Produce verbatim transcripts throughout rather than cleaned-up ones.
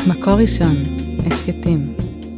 מקור ראשון, הסקטים.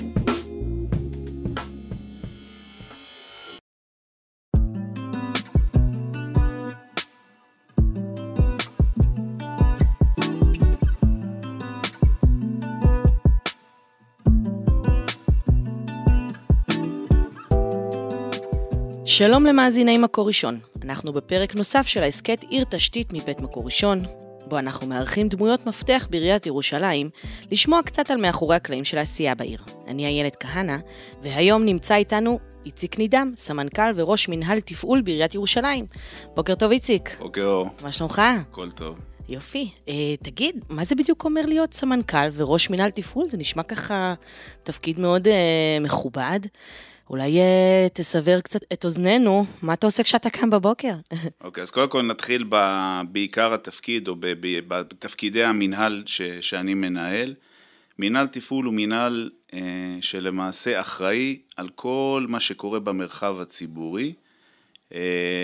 שלום למאזיני מקור ראשון. אנחנו בפרק נוסף של ההסקט עיר תשתית מבית מקור ראשון, בו אנחנו מארחים דמויות מפתח בעיריית ירושלים, לשמוע קצת על מאחורי הקלעים של העשייה בעיר. אני איילת כהנא, והיום נמצא איתנו איציק נידם, סמנכ"ל וראש מנהל תפעול בעיריית ירושלים. בוקר טוב איציק. בוקר אור. מה שלומך? הכל טוב. יופי. אה, תגיד, מה זה בדיוק אומר להיות סמנכ"ל וראש מנהל תפעול? זה נשמע ככה תפקיד מאוד אה, מכובד. אולי uh, תסבר קצת את אוזננו, מה אתה עושה כשאתה קם בבוקר? אוקיי, אז קודם כל נתחיל ב- בעיקר התפקיד, או ב- ב- בתפקידי המנהל ש- שאני מנהל. מנהל תפעול הוא מנהל uh, שלמעשה אחראי על כל מה שקורה במרחב הציבורי. Uh,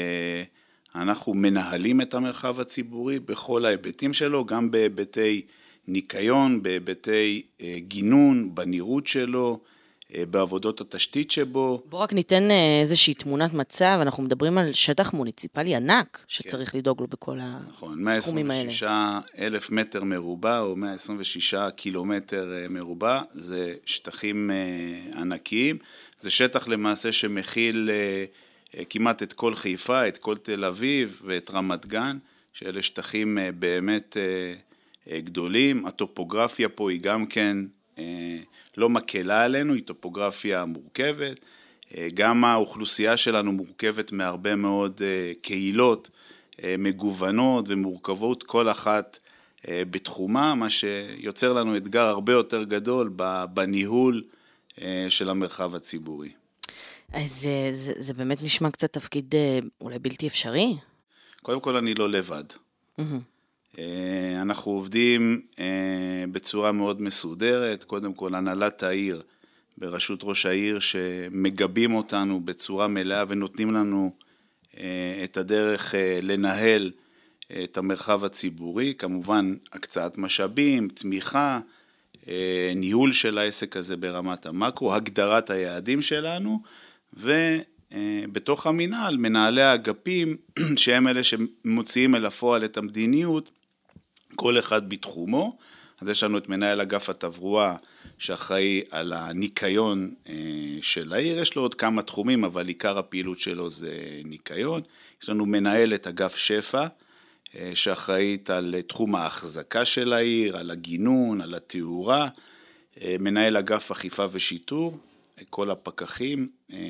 אנחנו מנהלים את המרחב הציבורי בכל ההיבטים שלו, גם בהיבטי ניקיון, בהיבטי uh, גינון, בנראות שלו, בעבודות התשתית שבו. בוא רק ניתן איזושהי תמונת מצב, אנחנו מדברים על שטח מוניציפלי ענק, שצריך כן. לדאוג לו בכל נכון, התחומים האלה. נכון, מאה עשרים ושישה אלף מטר מרובע, או מאה עשרים ושישה קילומטר מרובע, זה שטחים ענקיים, זה שטח למעשה שמכיל כמעט את כל חיפה, את כל תל אביב ואת רמת גן, שאלה שטחים באמת גדולים, הטופוגרפיה פה היא גם כן לא מקלה עלינו, היא טופוגרפיה מורכבת, גם האוכלוסייה שלנו מורכבת מהרבה מאוד קהילות מגוונות ומורכבות, כל אחת בתחומה, מה שיוצר לנו אתגר הרבה יותר גדול בניהול של המרחב הציבורי. אז זה, זה, זה באמת נשמע קצת תפקיד אולי בלתי אפשרי? קודם כל אני לא לבד. Mm-hmm. אנחנו עובדים בצורה מאוד מסודרת, קודם כל הנהלת העיר בראשות ראש העיר שמגבים אותנו בצורה מלאה ונותנים לנו את הדרך לנהל את המרחב הציבורי, כמובן הקצאת משאבים, תמיכה, ניהול של העסק הזה ברמת המקרו, הגדרת היעדים שלנו, ובתוך המנהל מנהלי האגפים שהם אלה שמוציאים אל הפועל את המדיניות, כל אחד בתחומו. אז יש לנו את מנהל אגף התברואה שאחראי על הניקיון של העיר, יש לו עוד כמה תחומים, אבל עיקר הפעילות שלו זה ניקיון. יש לנו מנהל את אגף שפע, שאחראית על תחום ההחזקה של העיר, על הגינון, על התאורה, מנהל אגף אכיפה ושיטור, כל הפקחים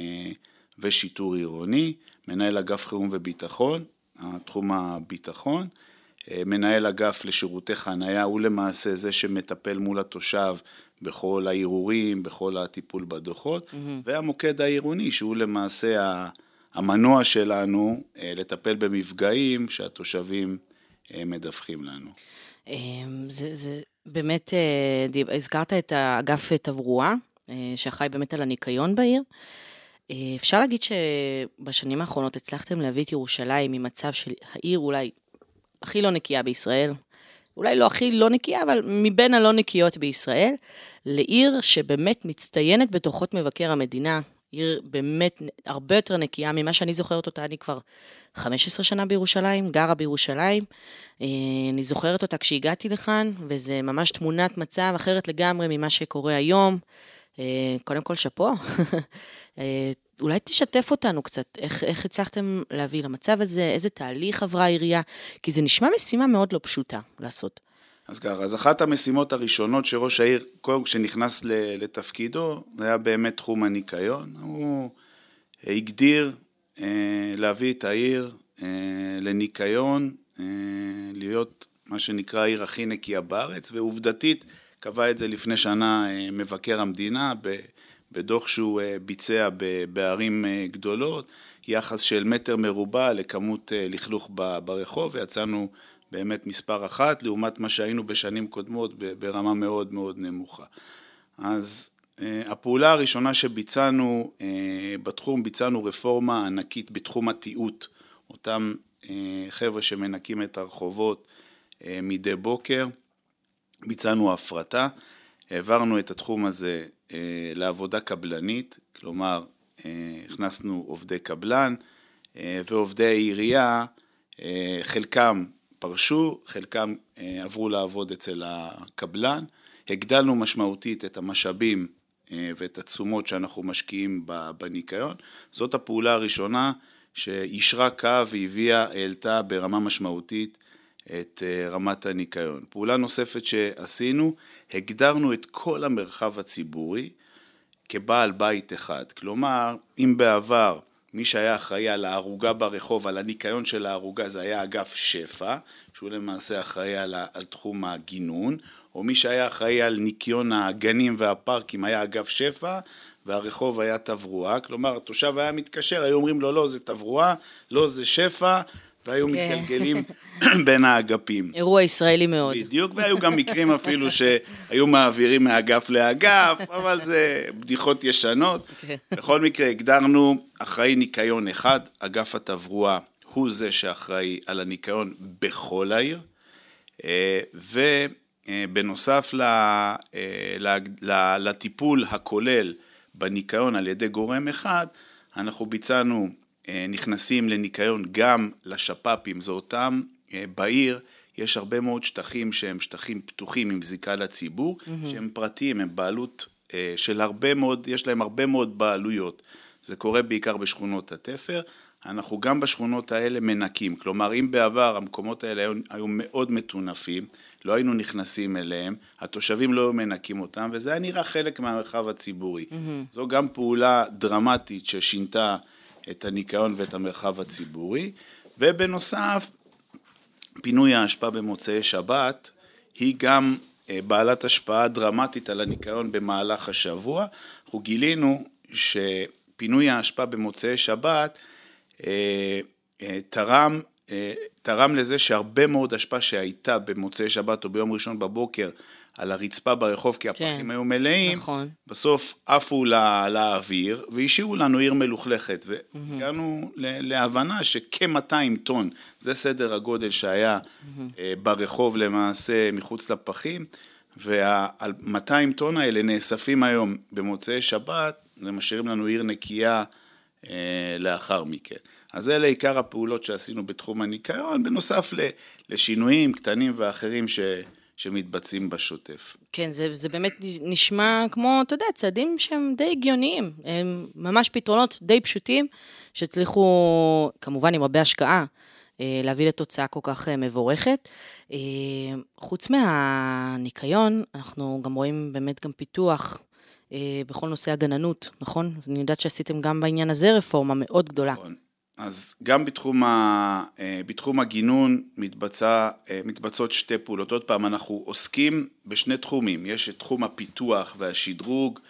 ושיטור עירוני, מנהל אגף חירום וביטחון, תחום הביטחון, מנהל אגף לשירותי חנייה, הוא למעשה זה שמטפל מול התושב בכל הערעורים, בכל הטיפול בדוחות, mm-hmm. והמוקד העירוני שהוא למעשה המנוע שלנו לטפל במפגעים שהתושבים מדווחים לנו. זה, זה באמת, הזכרת את האגף תברואה, שאחראי באמת על הניקיון בעיר. אפשר להגיד שבשנים האחרונות הצלחתם להביא את ירושלים ממצב של העיר אולי הכי לא נקייה בישראל, אולי לא הכי לא נקייה, אבל מבין הלא נקיות בישראל, לעיר שבאמת מצטיינת בתוחות מבקר המדינה, עיר באמת הרבה יותר נקייה ממה שאני זוכרת אותה, אני כבר חמש עשרה שנה בירושלים, גרה בירושלים, אני זוכרת אותה כשהגעתי לכאן, וזה ממש תמונת מצב אחרת לגמרי ממה שקורה היום, קודם כל שפו, אולי תשתף אותנו קצת, איך, איך הצלחתם להביא למצב הזה, איזה תהליך עברה העירייה, כי זה נשמע משימה מאוד לא פשוטה לעשות. אז ככה, אז אחת המשימות הראשונות שראש העיר, קודם כשנכנס לתפקידו, זה היה באמת תחום הניקיון, הוא הגדיר אה, להביא את העיר אה, לניקיון, אה, להיות מה שנקרא העיר הכי נקייה בארץ, ועובדתית קבע את זה לפני שנה אה, מבקר המדינה, ב בדוח שהוא ביצע בערים גדולות, יחס של מטר מרובע לכמות לכלוך ברחוב, ויצאנו באמת מספר אחת, לעומת מה שהיינו בשנים קודמות ברמה מאוד מאוד נמוכה. אז הפעולה הראשונה שביצענו בתחום, ביצענו רפורמה ענקית בתחום התיעוד, אותם חבר'ה שמנקים את הרחובות מדי בוקר, ביצענו הפרטה, העברנו את התחום הזה לעבודה קבלנית, כלומר, הכנסנו עובדי קבלן, ועובדי העירייה, חלקם פרשו, חלקם עברו לעבוד אצל הקבלן, הגדלנו משמעותית את המשאבים ואת התשומות שאנחנו משקיעים בניקיון. זאת הפעולה הראשונה שישרה קו והביאה, העלתה ברמה משמעותית את רמת הניקיון. פעולה נוספת שעשינו, הגדרנו את כל המרחב הציבורי כבעל בית אחד. כלומר, אם בעבר מי שהיה אחראי על הערוגה ברחוב, על הניקיון של הערוגה, זה היה אגף שפע, שהוא למעשה אחראי על, על תחום הגינון, או מי שהיה אחראי על ניקיון הגנים והפארקים היה אגף שפע, והרחוב היה תברואה. כלומר, התושב היה מתקשר, היו אומרים לו, לא, זה תברואה, לא, זה שפע, והיו okay. מתגלגלים בין האגפים. אירוע ישראלי מאוד. בדיוק, והיו גם מקרים אפילו שהיו מעבירים מאגף לאגף, אבל זה בדיחות ישנות. Okay. בכל מקרה, הגדרנו אחראי ניקיון אחד, אגף התברואה הוא זה שאחראי על הניקיון בכל העיר, ובנוסף לטיפול הכולל בניקיון על ידי גורם אחד, אנחנו ביצענו נכנסים לניקיון גם לשפ"פים, זה אותם בעיר, יש הרבה מאוד שטחים שהם שטחים פתוחים עם זיקה לציבור, mm-hmm. שהם פרטיים, הם בעלות של הרבה מאוד, יש להם הרבה מאוד בעלויות. זה קורה בעיקר בשכונות התפר, אנחנו גם בשכונות האלה מנקים, כלומר אם בעבר המקומות האלה היו, היו מאוד מטונפים, לא היינו נכנסים אליהם, התושבים לא היו מנקים אותם, וזה היה נראה חלק מהמרחב הציבורי. Mm-hmm. זו גם פעולה דרמטית ששינתה את הניקיון ואת המרחב הציבורי, ובנוסף, פינוי האשפה במוצאי שבת, היא גם בעלת השפעה דרמטית על הניקיון במהלך השבוע. אנחנו גילינו שפינוי האשפה במוצאי שבת אה, אה, תרם, אה, תרם לזה שהרבה מאוד אשפה שהייתה במוצאי שבת או ביום ראשון בבוקר, על הרצפה ברחוב, כי הפחים כן, היו מלאים, נכון. בסוף עפו לה, לאוויר, והשאירו לנו עיר מלוכלכת, והגענו mm-hmm. להבנה שכ-מאתיים טון, זה סדר הגודל שהיה mm-hmm. ברחוב למעשה מחוץ לפחים, וה-מאתיים טון האלה נאספים היום במוצאי שבת, זה משאירים לנו עיר נקייה אה, לאחר מכן. אז אלה עיקר הפעולות שעשינו בתחום הניקיון, בנוסף לשינויים קטנים ואחרים ש... שמתבצעים בשוטף. כן, זה, זה באמת נשמע כמו, אתה יודע, צעדים שהם די הגיוניים, הם ממש פתרונות די פשוטים, שהצליחו, כמובן עם הרבה השקעה, להביא לתוצאה כל כך מבורכת. חוץ מהניקיון, אנחנו גם רואים באמת גם פיתוח בכל נושא הגננות, נכון? אני יודעת שעשיתם גם בעניין הזה רפורמה מאוד גדולה. נכון. אז גם בתחום, ה, בתחום הגינון מתבצע, מתבצעות שתי פעולות. עוד פעם, אנחנו עוסקים בשני תחומים. יש את תחום הפיתוח והשדרוג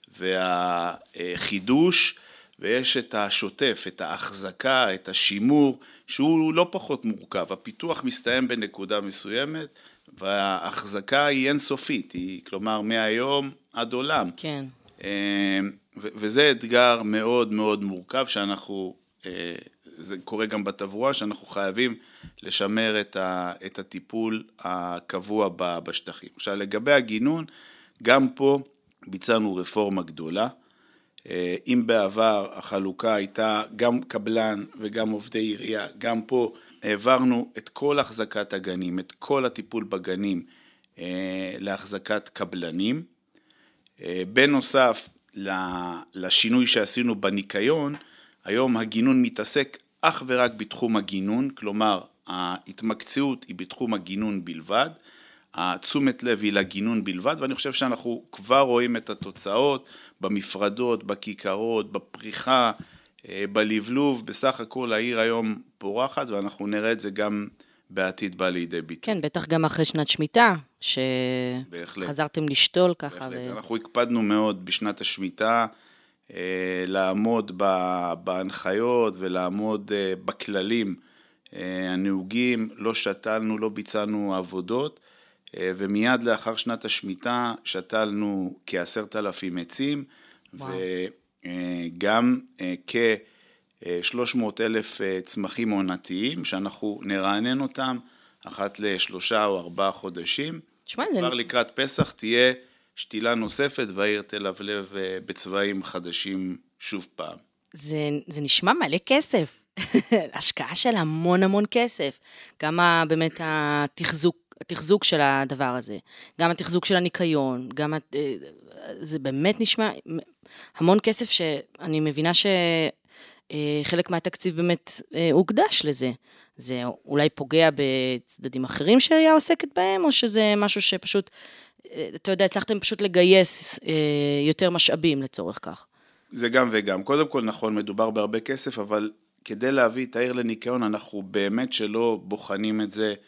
והחידוש, ויש את השוטף, את ההחזקה, את השימור, שהוא לא פחות מורכב. הפיתוח מסתיים בנקודה מסוימת, וההחזקה היא אינסופית, היא כלומר מהיום עד עולם. כן. וזה אתגר מאוד מאוד מורכב שאנחנו... זה קורה גם בתברואה, שאנחנו חייבים לשמר את, ה, את הטיפול הקבוע בשטחים. עכשיו, לגבי הגינון, גם פה ביצענו רפורמה גדולה. אם בעבר החלוקה הייתה גם קבלן וגם עובדי עירייה, גם פה העברנו את כל החזקת הגנים, את כל הטיפול בגנים להחזקת קבלנים. בנוסף לשינוי שעשינו בניקיון, היום הגינון מתעסק אך ורק בתחום הגינון, כלומר ההתמקצעות היא בתחום הגינון בלבד, התשומת לב היא לגינון בלבד, ואני חושב שאנחנו כבר רואים את התוצאות במפרדות, בכיכרות, בפריחה, בלבלוב, בסך הכל העיר היום פורחת, ואנחנו נראה את זה גם בעתיד בא לידי ביטוי. כן, בטח גם אחרי שנת שמיטה, שחזרתם לשתול ככה. בהחלט, ו... אנחנו הקפדנו מאוד בשנת השמיטה, לעמוד בהנחיות ולעמוד בכללים הנהוגים, לא שתלנו, לא ביצענו עבודות, ומיד לאחר שנת השמיטה שתלנו כעשרת אלפים עצים, וואו. וגם כשלוש מאות אלף צמחים עונתיים, שאנחנו נרענן אותם אחת לשלושה או ארבעה חודשים. תשמע, כבר זה... לקראת פסח תהיה שתילה נוספת והעיר תלבלב בצבעים חדשים שוב פעם. זה, זה נשמע מלא כסף, השקעה של המון המון כסף, גם באמת התחזוק, התחזוק של הדבר הזה, גם התחזוק של הניקיון, גם זה באמת נשמע המון כסף שאני מבינה שחלק מהתקציב באמת הוקדש לזה. זה אולי פוגע בצדדים אחרים שהיה עוסקת בהם, או שזה משהו שפשוט, אתה יודע, הצלחתם פשוט לגייס יותר משאבים לצורך כך? זה גם וגם. קודם כל נכון, מדובר בהרבה כסף, אבל כדי להביא את העיר לניקיון, אנחנו באמת שלא בוחנים את זה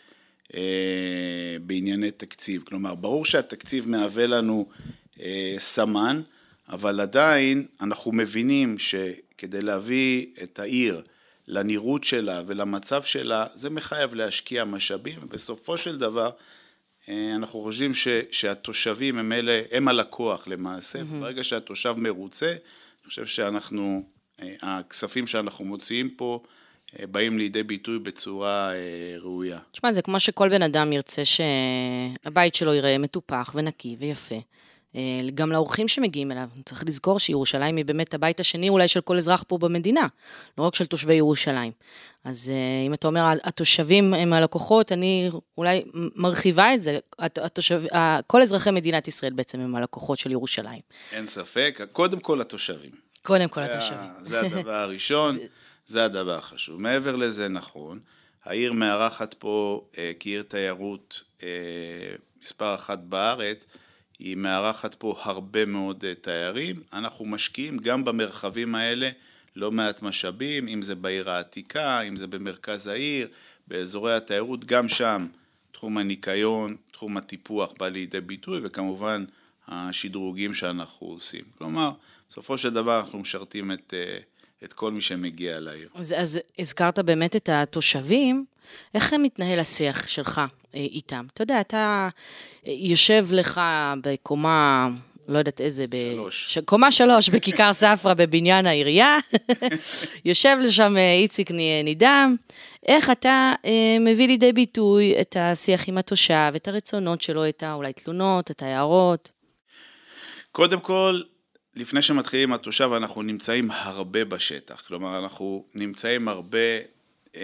אה, בענייני תקציב. כלומר, ברור שהתקציב מהווה לנו אה, סמן, אבל עדיין אנחנו מבינים שכדי להביא את העיר לנראות שלה ולמצב שלה, זה מחייב להשקיע משאבים, ובסופו של דבר, אנחנו חושבים ש, שהתושבים הם אלה, הם הלקוח למעשה, mm-hmm. ברגע שהתושב מרוצה, אני חושב שאנחנו, הכספים שאנחנו מוציאים פה, באים לידי ביטוי בצורה ראויה. תשמע, זה כמו שכל בן אדם ירצה שהבית שלו יראה מטופח ונקי ויפה. גם לאורחים שמגיעים אליו, צריך לזכור שירושלים היא באמת הבית השני אולי של כל אזרח פה במדינה, לא רק של תושבי ירושלים. אז אם אתה אומר, התושבים הם הלקוחות, אני אולי מרחיבה את זה, התושב, כל אזרחי מדינת ישראל בעצם הם הלקוחות של ירושלים. אין ספק, קודם כל התושבים. קודם כל התושבים. זה הדבר הראשון, זה הדבר החשוב. מעבר לזה נכון, העיר מארחת פה כעיר תיירות מספר אחת בארץ, היא מארחת פה הרבה מאוד תיירים, אנחנו משקיעים גם במרחבים האלה לא מעט משאבים, אם זה בעיר העתיקה, אם זה במרכז העיר, באזורי התיירות, גם שם תחום הניקיון, תחום הטיפוח בא לידי ביטוי, וכמובן השדרוגים שאנחנו עושים. כלומר, בסופו של דבר אנחנו משרתים את, את כל מי שמגיע לעיר. אז, אז הזכרת באמת את התושבים, איך מתנהל השיח שלך איתם? אתה יודע, אתה יושב לך בקומה, לא יודעת איזה, שלוש. קומה שלוש בכיכר ספרא בבניין העירייה, יושב לשם איציק נידם, איך אתה מביא לידי ביטוי את השיח עם התושב, את הרצונות שלו, את אולי תלונות, את ההערות? קודם כל, לפני שמתחילים התושב, אנחנו נמצאים הרבה בשטח, כלומר אנחנו נמצאים הרבה, אה,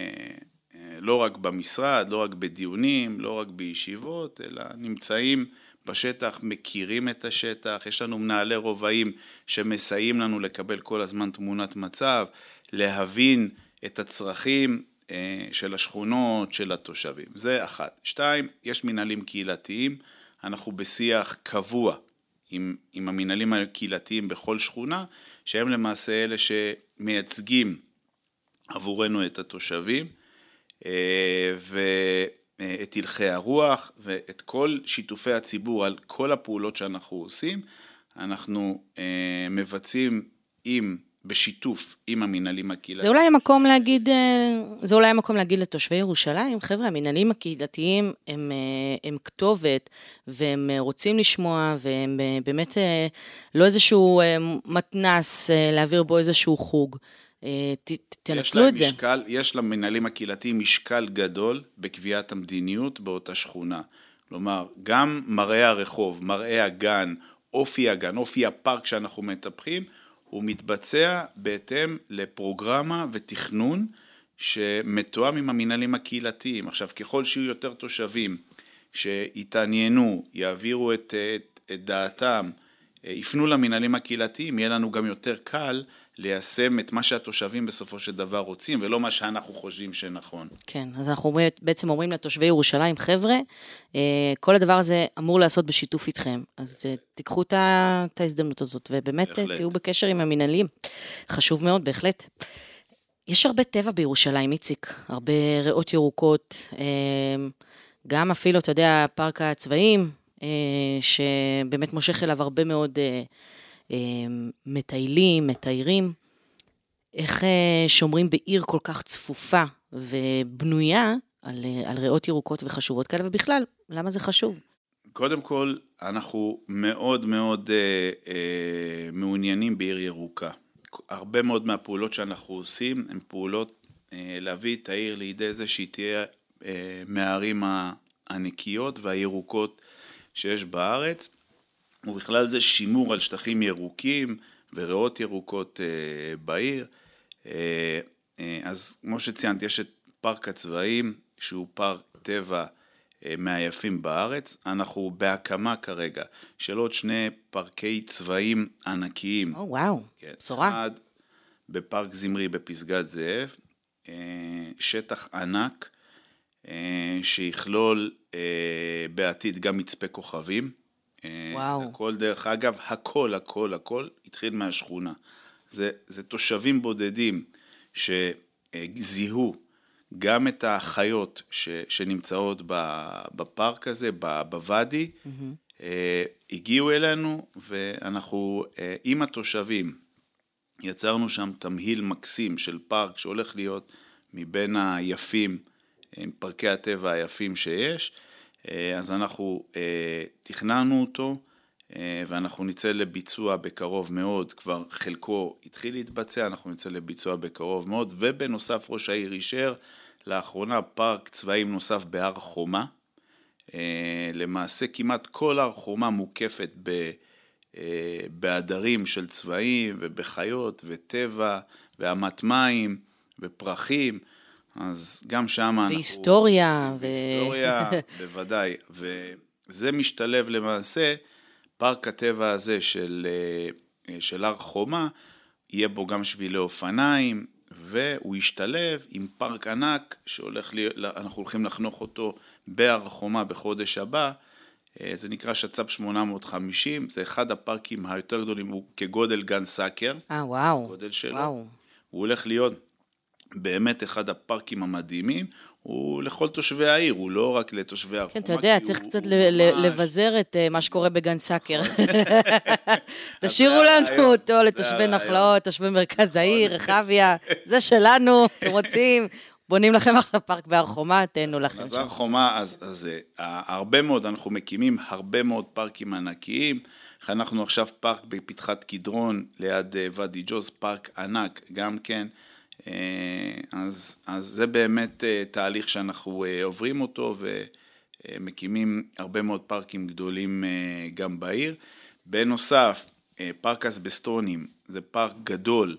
לא רק במשרד, לא רק בדיונים, לא רק בישיבות, אלא נמצאים בשטח, מכירים את השטח, יש לנו מנהלי רובעים שמסייעים לנו לקבל כל הזמן תמונת מצב, להבין את הצרכים אה, של השכונות, של התושבים. זה אחת. שתיים, יש מנהלים קהילתיים, אנחנו בשיח קבוע עם, עם המנהלים הקהילתיים בכל שכונה, שהם למעשה אלה שמייצגים עבורנו את התושבים, ואת הלכי הרוח, ואת כל שיתופי הציבור על כל הפעולות שאנחנו עושים, אנחנו מבצעים עם, בשיתוף עם המנהלים הקהילתיים. זה אולי המקום להגיד, זה אולי המקום להגיד לתושבי ירושלים, חבר'ה, המנהלים הקהילתיים הם, הם כתובת, והם רוצים לשמוע, והם באמת לא איזשהו מתנס להעביר בו איזשהו חוג. ת, תנצלו את זה. משקל, יש למנהלים הקהילתיים משקל גדול בקביעת המדיניות באותה שכונה. כלומר, גם מראה הרחוב, מראה הגן, אופי הגן, אופי הפארק שאנחנו מטפחים, הוא מתבצע בהתאם לפרוגרמה ותכנון שמתואם עם המנהלים הקהילתיים. עכשיו, ככל שיהיו יותר תושבים שיתעניינו, יעבירו את, את, את דעתם, יפנו למנהלים הקהילתיים, יהיה לנו גם יותר קל ליישם את מה שהתושבים בסופו של דבר רוצים, ולא מה שאנחנו חושבים שנכון. כן, אז אנחנו בעצם אומרים לתושבי ירושלים, חבר'ה, כל הדבר הזה אמור לעשות בשיתוף איתכם, אז תיקחו את ההזדמנות הזאת, ובאמת בהחלט. תהיו בקשר עם המנהלים. חשוב מאוד, בהחלט. יש הרבה טבע בירושלים, איציק, הרבה ריאות ירוקות, גם אפילו, אתה יודע, פארק הצבעים, שבאמת מושך אליו הרבה מאוד מטיילים, מטיירים, איך שומרים בעיר כל כך צפופה ובנויה על, על ריאות ירוקות וחשובות כאלה, ובכלל, למה זה חשוב? קודם כל, אנחנו מאוד מאוד אה, אה, מעוניינים בעיר ירוקה. הרבה מאוד מהפעולות שאנחנו עושים, הן פעולות אה, להביא את העיר לידי זה שהיא תהיה אה, מהערים הנקיות והירוקות שיש בארץ. ובכלל זה שימור על שטחים ירוקים וריאות ירוקות בעיר. אז כמו שציינתי, יש את פארק הצבאים, שהוא פארק טבע מהיפים בארץ. אנחנו בהקמה כרגע של עוד שני פארקי צבאים ענקיים. או וואו, כן, בשורה. אחד בפארק זמרי בפסגת זאב, שטח ענק, שיכלול בעתיד גם מצפה כוכבים. וואו. זה הכל, דרך אגב, הכל, הכל, הכל התחיל מהשכונה. זה, זה תושבים בודדים שזיהו גם את החיות ש, שנמצאות בפארק הזה, בוואדי, mm-hmm. הגיעו אלינו, ואנחנו עם התושבים יצרנו שם תמהיל מקסים של פארק שהולך להיות מבין היפים, פארקי הטבע היפים שיש. אז אנחנו תכננו אותו, ואנחנו נצא לביצוע בקרוב מאוד, כבר חלקו התחיל להתבצע, אנחנו נצא לביצוע בקרוב מאוד, ובנוסף ראש העיר אישר לאחרונה פארק צבאים נוסף בהר חומה. למעשה כמעט כל הר חומה מוקפת ב, בעדרים של צבאים ובחיות וטבע ואמת מים ופרחים, אז גם שם אנחנו... והיסטוריה. והיסטוריה, בוודאי. וזה משתלב למעשה, פארק הטבע הזה של, של הר חומה, יהיה בו גם שבילי אופניים, והוא ישתלב עם פארק ענק, שהולך לי, אנחנו הולכים לחנוך אותו בהר חומה בחודש הבא, זה נקרא שצ"פ שמונה מאות וחמישים, זה אחד הפארקים היותר גדולים, הוא כגודל גן סאקר. אה, וואו. גודל שלו. וואו. הוא הולך להיות באמת אחד הפארקים המדהימים, הוא לכל תושבי העיר, הוא לא רק לתושבי הר חומה. כן, אתה יודע, צריך קצת לבזר את מה שקורה בגן סאקר. תשאירו לנו אותו לתושבי נחלאות, תושבי מרכז העיר, רחביה, זה שלנו, אתם רוצים, בונים לכם עכשיו פארק בהר חומה, תהנו לכם. אז הר חומה, אז הרבה מאוד, אנחנו מקימים הרבה מאוד פארקים ענקיים, אנחנו עכשיו פארק בפתחת קדרון, ליד ואדי ג'וז, פארק ענק, גם כן, אז, אז זה באמת תהליך שאנחנו עוברים אותו, ומקימים הרבה מאוד פארקים גדולים גם בעיר. בנוסף, פארק אסבסטונים, זה פארק גדול,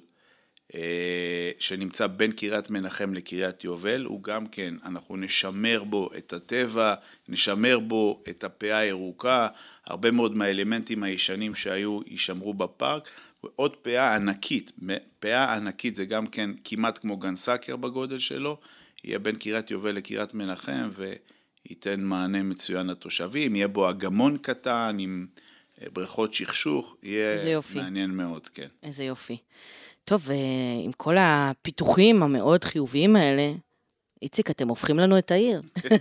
שנמצא בין קריית מנחם לקריית יובל, הוא גם כן, אנחנו נשמר בו את הטבע, נשמר בו את הפאה הירוקה, הרבה מאוד מהאלמנטים הישנים שהיו יישמרו בפארק, ועוד פאה ענקית, פאה ענקית זה גם כן כמעט כמו גן סאקר בגודל שלו, יהיה בין קריית יובל לקריית מנחם, וייתן מענה מצוין לתושבים, יהיה בו אגמון קטן עם בריכות שכשוך, יהיה מעניין מאוד, כן. איזה יופי. טוב, עם כל הפיתוחים המאוד חיוביים האלה, איציק, אתם הופכים לנו את העיר.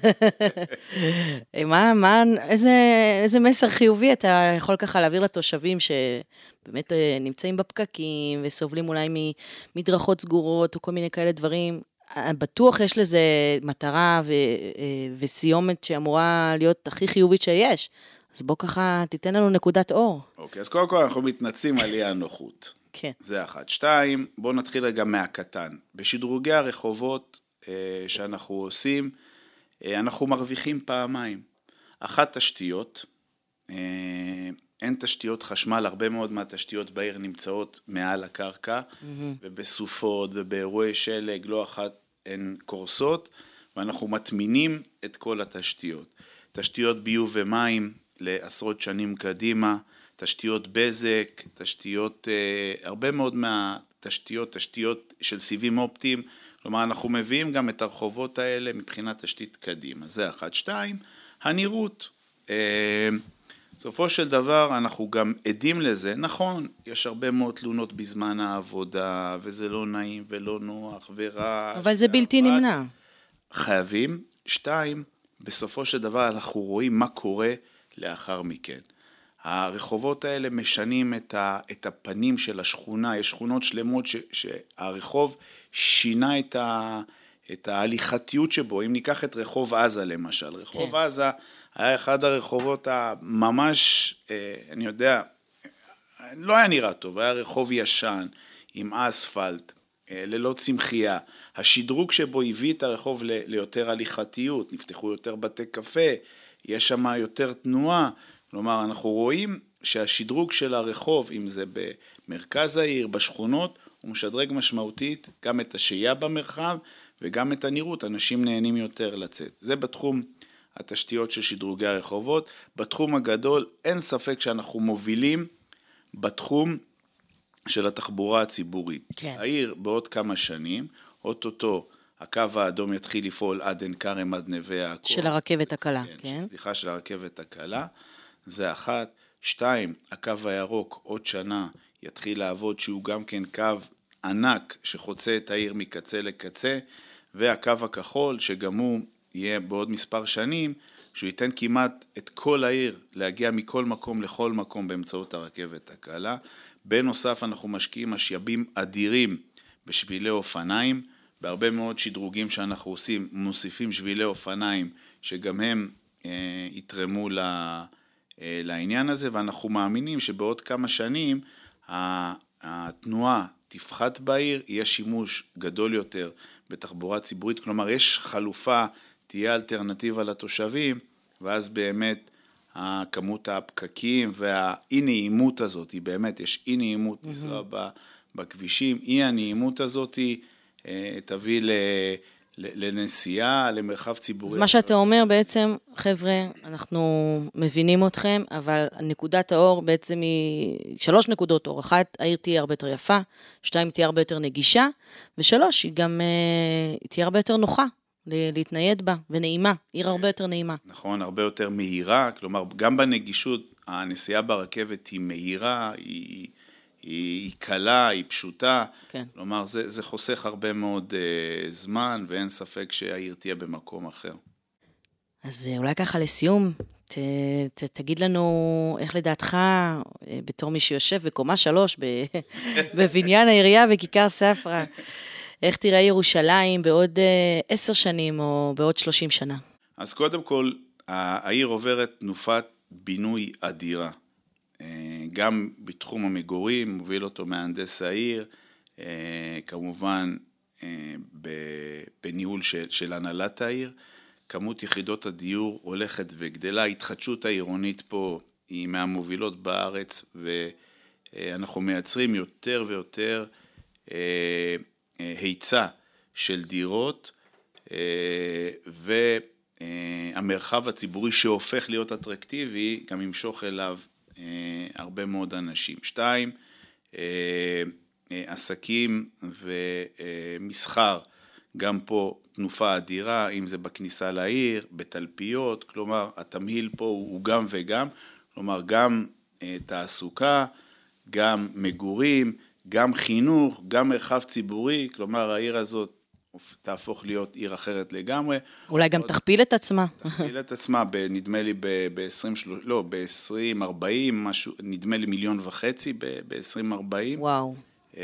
מה, מה, איזה, איזה מסר חיובי אתה יכול ככה להעביר לתושבים שבאמת נמצאים בפקקים וסובלים אולי מדרכות סגורות או כל מיני כאלה דברים. בטוח יש לזה מטרה ו, וסיומת שאמורה להיות הכי חיובית שיש. אז בוא ככה תיתן לנו נקודת אור. אוקיי, אז קודם כל אנחנו מתנצים על אי הנוחות. כן. זה אחת. שתיים, בואו נתחיל רגע מהקטן. בשדרוגי הרחובות שאנחנו עושים, אנחנו מרוויחים פעמיים. אחת תשתיות, אין תשתיות חשמל, הרבה מאוד מהתשתיות בעיר נמצאות מעל הקרקע, mm-hmm. ובסופות ובאירועי שלג, לא אחת הן קורסות, ואנחנו מטמינים את כל התשתיות. תשתיות ביוב ומים לעשרות שנים קדימה, תשתיות בזק, תשתיות, הרבה מאוד מהתשתיות, תשתיות של סיבים אופטיים, כלומר, אנחנו מביאים גם את הרחובות האלה מבחינת תשתית קדימה. זה אחת. שתיים, הנראות. בסופו של דבר, אנחנו גם עדים לזה. נכון, יש הרבה מאוד תלונות בזמן העבודה, וזה לא נעים ולא נוח ורע. אבל זה בלתי נמנע. חייבים. שתיים, בסופו של דבר אנחנו רואים מה קורה לאחר מכן. הרחובות האלה משנים את, ה, את הפנים של השכונה, יש שכונות שלמות ש, שהרחוב שינה את, ה, את ההליכתיות שבו, אם ניקח את רחוב עזה למשל, רחוב כן. עזה היה אחד הרחובות הממש, אני יודע, לא היה נראה טוב, היה רחוב ישן עם אספלט, ללא צמחייה, השדרוג שבו הביא את הרחוב ל, ליותר הליכתיות, נפתחו יותר בתי קפה, יש שם יותר תנועה, כלומר, אנחנו רואים שהשדרוג של הרחוב, אם זה במרכז העיר, בשכונות, הוא משדרג משמעותית גם את השהייה במרחב וגם את הנראות, אנשים נהנים יותר לצאת. זה בתחום התשתיות של שדרוגי הרחובות. בתחום הגדול אין ספק שאנחנו מובילים בתחום של התחבורה הציבורית. כן. העיר בעוד כמה שנים, אוטוטו הקו האדום יתחיל לפעול עד עין כרם, עד נווה יעקב. של הרכבת הקלה, כן. כן. סליחה, של הרכבת הקלה. זה אחת. שתיים, הקו הירוק עוד שנה יתחיל לעבוד, שהוא גם כן קו ענק שחוצה את העיר מקצה לקצה, והקו הכחול שגם הוא יהיה בעוד מספר שנים, שהוא ייתן כמעט את כל העיר להגיע מכל מקום לכל מקום באמצעות הרכבת הקלה. בנוסף אנחנו משקיעים משאבים אדירים בשבילי אופניים, בהרבה מאוד שדרוגים שאנחנו עושים, מוסיפים שבילי אופניים שגם הם אה, יתרמו ל, אה, לעניין הזה, ואנחנו מאמינים שבעוד כמה שנים התנועה תפחת בעיר, יהיה שימוש גדול יותר בתחבורה ציבורית, כלומר יש חלופה, תהיה אלטרנטיבה לתושבים, ואז באמת כמות הפקקים והאי נעימות הזאת, היא באמת, יש אי נעימות לנסוע בכבישים, אי הנעימות הזאת תביא לנסיעה, למרחב ציבורי. אז מה שאתה אומר בעצם, חבר'ה, אנחנו מבינים אתכם, אבל נקודת האור בעצם היא שלוש נקודות אור. אחת, העיר תהיה הרבה יותר יפה, שתיים, תהיה הרבה יותר נגישה, ושלוש, היא גם תהיה הרבה יותר נוחה. להתנייד בה, ונעימה, עיר הרבה יותר נעימה. נכון, הרבה יותר מהירה, כלומר, גם בנגישות, הנסיעה ברכבת היא מהירה, היא, היא, היא קלה, היא פשוטה, כן. כלומר, זה, זה חוסך הרבה מאוד uh, זמן, ואין ספק שהעיר תהיה במקום אחר. אז אולי ככה לסיום, ת, ת, תגיד לנו איך לדעתך, בתור מי שיושב בקומה שלוש, בבניין העירייה בכיכר ספרא, איך תראה ירושלים בעוד עשר שנים או בעוד שלושים שנה? אז קודם כל, העיר עוברת תנופת בינוי אדירה. גם בתחום המגורים, מוביל אותו מהנדס העיר, כמובן בניהול של, של הנהלת העיר. כמות יחידות הדיור הולכת וגדלה, ההתחדשות העירונית פה היא מהמובילות בארץ, ואנחנו מייצרים יותר ויותר היצע של דירות, והמרחב הציבורי שהופך להיות אטרקטיבי, גם ימשוך אליו הרבה מאוד אנשים. שתיים, עסקים ומסחר, גם פה תנופה אדירה, אם זה בכניסה לעיר, בתלפיות, כלומר התמהיל פה הוא גם וגם, כלומר גם תעסוקה, גם מגורים, גם חינוך, גם מרחב ציבורי, כלומר העיר הזאת תהפוך להיות עיר אחרת לגמרי. אולי גם תכפיל את עצמה. תכפיל את עצמה, נדמה לי ב-עשרים, לא, ב-עשרים ארבעים, משהו, נדמה לי מיליון וחצי ב-עשרים ארבעים. וואו.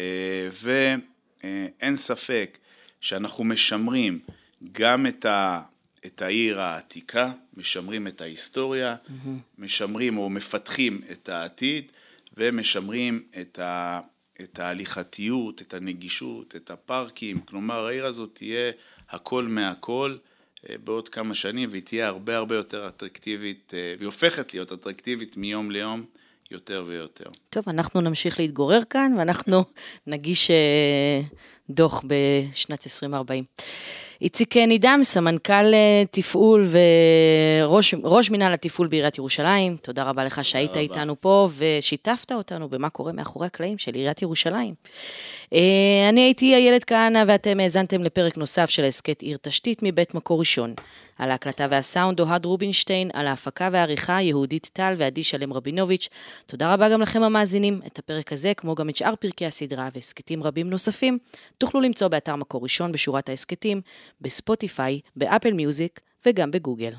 ואין ספק שאנחנו משמרים גם את ה... את העיר העתיקה, משמרים את ההיסטוריה, mm-hmm. משמרים או מפתחים את העתיד, ומשמרים את ה... את ההליכתיות, את הנגישות, את הפארקים, כלומר העיר הזאת תהיה הכל מהכל בעוד כמה שנים, והיא תהיה הרבה הרבה יותר אטרקטיבית, והיא הופכת להיות אטרקטיבית מיום ליום יותר ויותר. טוב, אנחנו נמשיך להתגורר כאן, ואנחנו נגיש דוח בשנת עשרים ארבעים. איציק נידם, סמנכ"ל תפעול וראש ראש מנהל התפעול בעיריית ירושלים, תודה רבה לך שהיית איתנו פה ושיתפת אותנו במה קורה מאחורי הקלעים של עיריית ירושלים. אני הייתי איילת כהנא ואתם האזנתם לפרק נוסף של הסכת עיר תשתית מבית מקור ראשון. על ההקלטה והסאונד אוהד רובינשטיין, על ההפקה והעריכה יהודית טל ועדי שלם רבינוביץ'. תודה רבה גם לכם המאזינים. את הפרק הזה, כמו גם את שאר פרקי הסדרה והסכתים רבים נוספים, תוכלו למצוא באתר מקור ראשון בשורת ההסכתים, בספוטיפיי, באפל מיוזיק וגם בגוגל.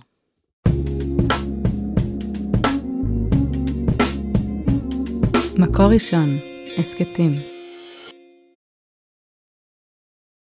מקור ראשון, הסכתים.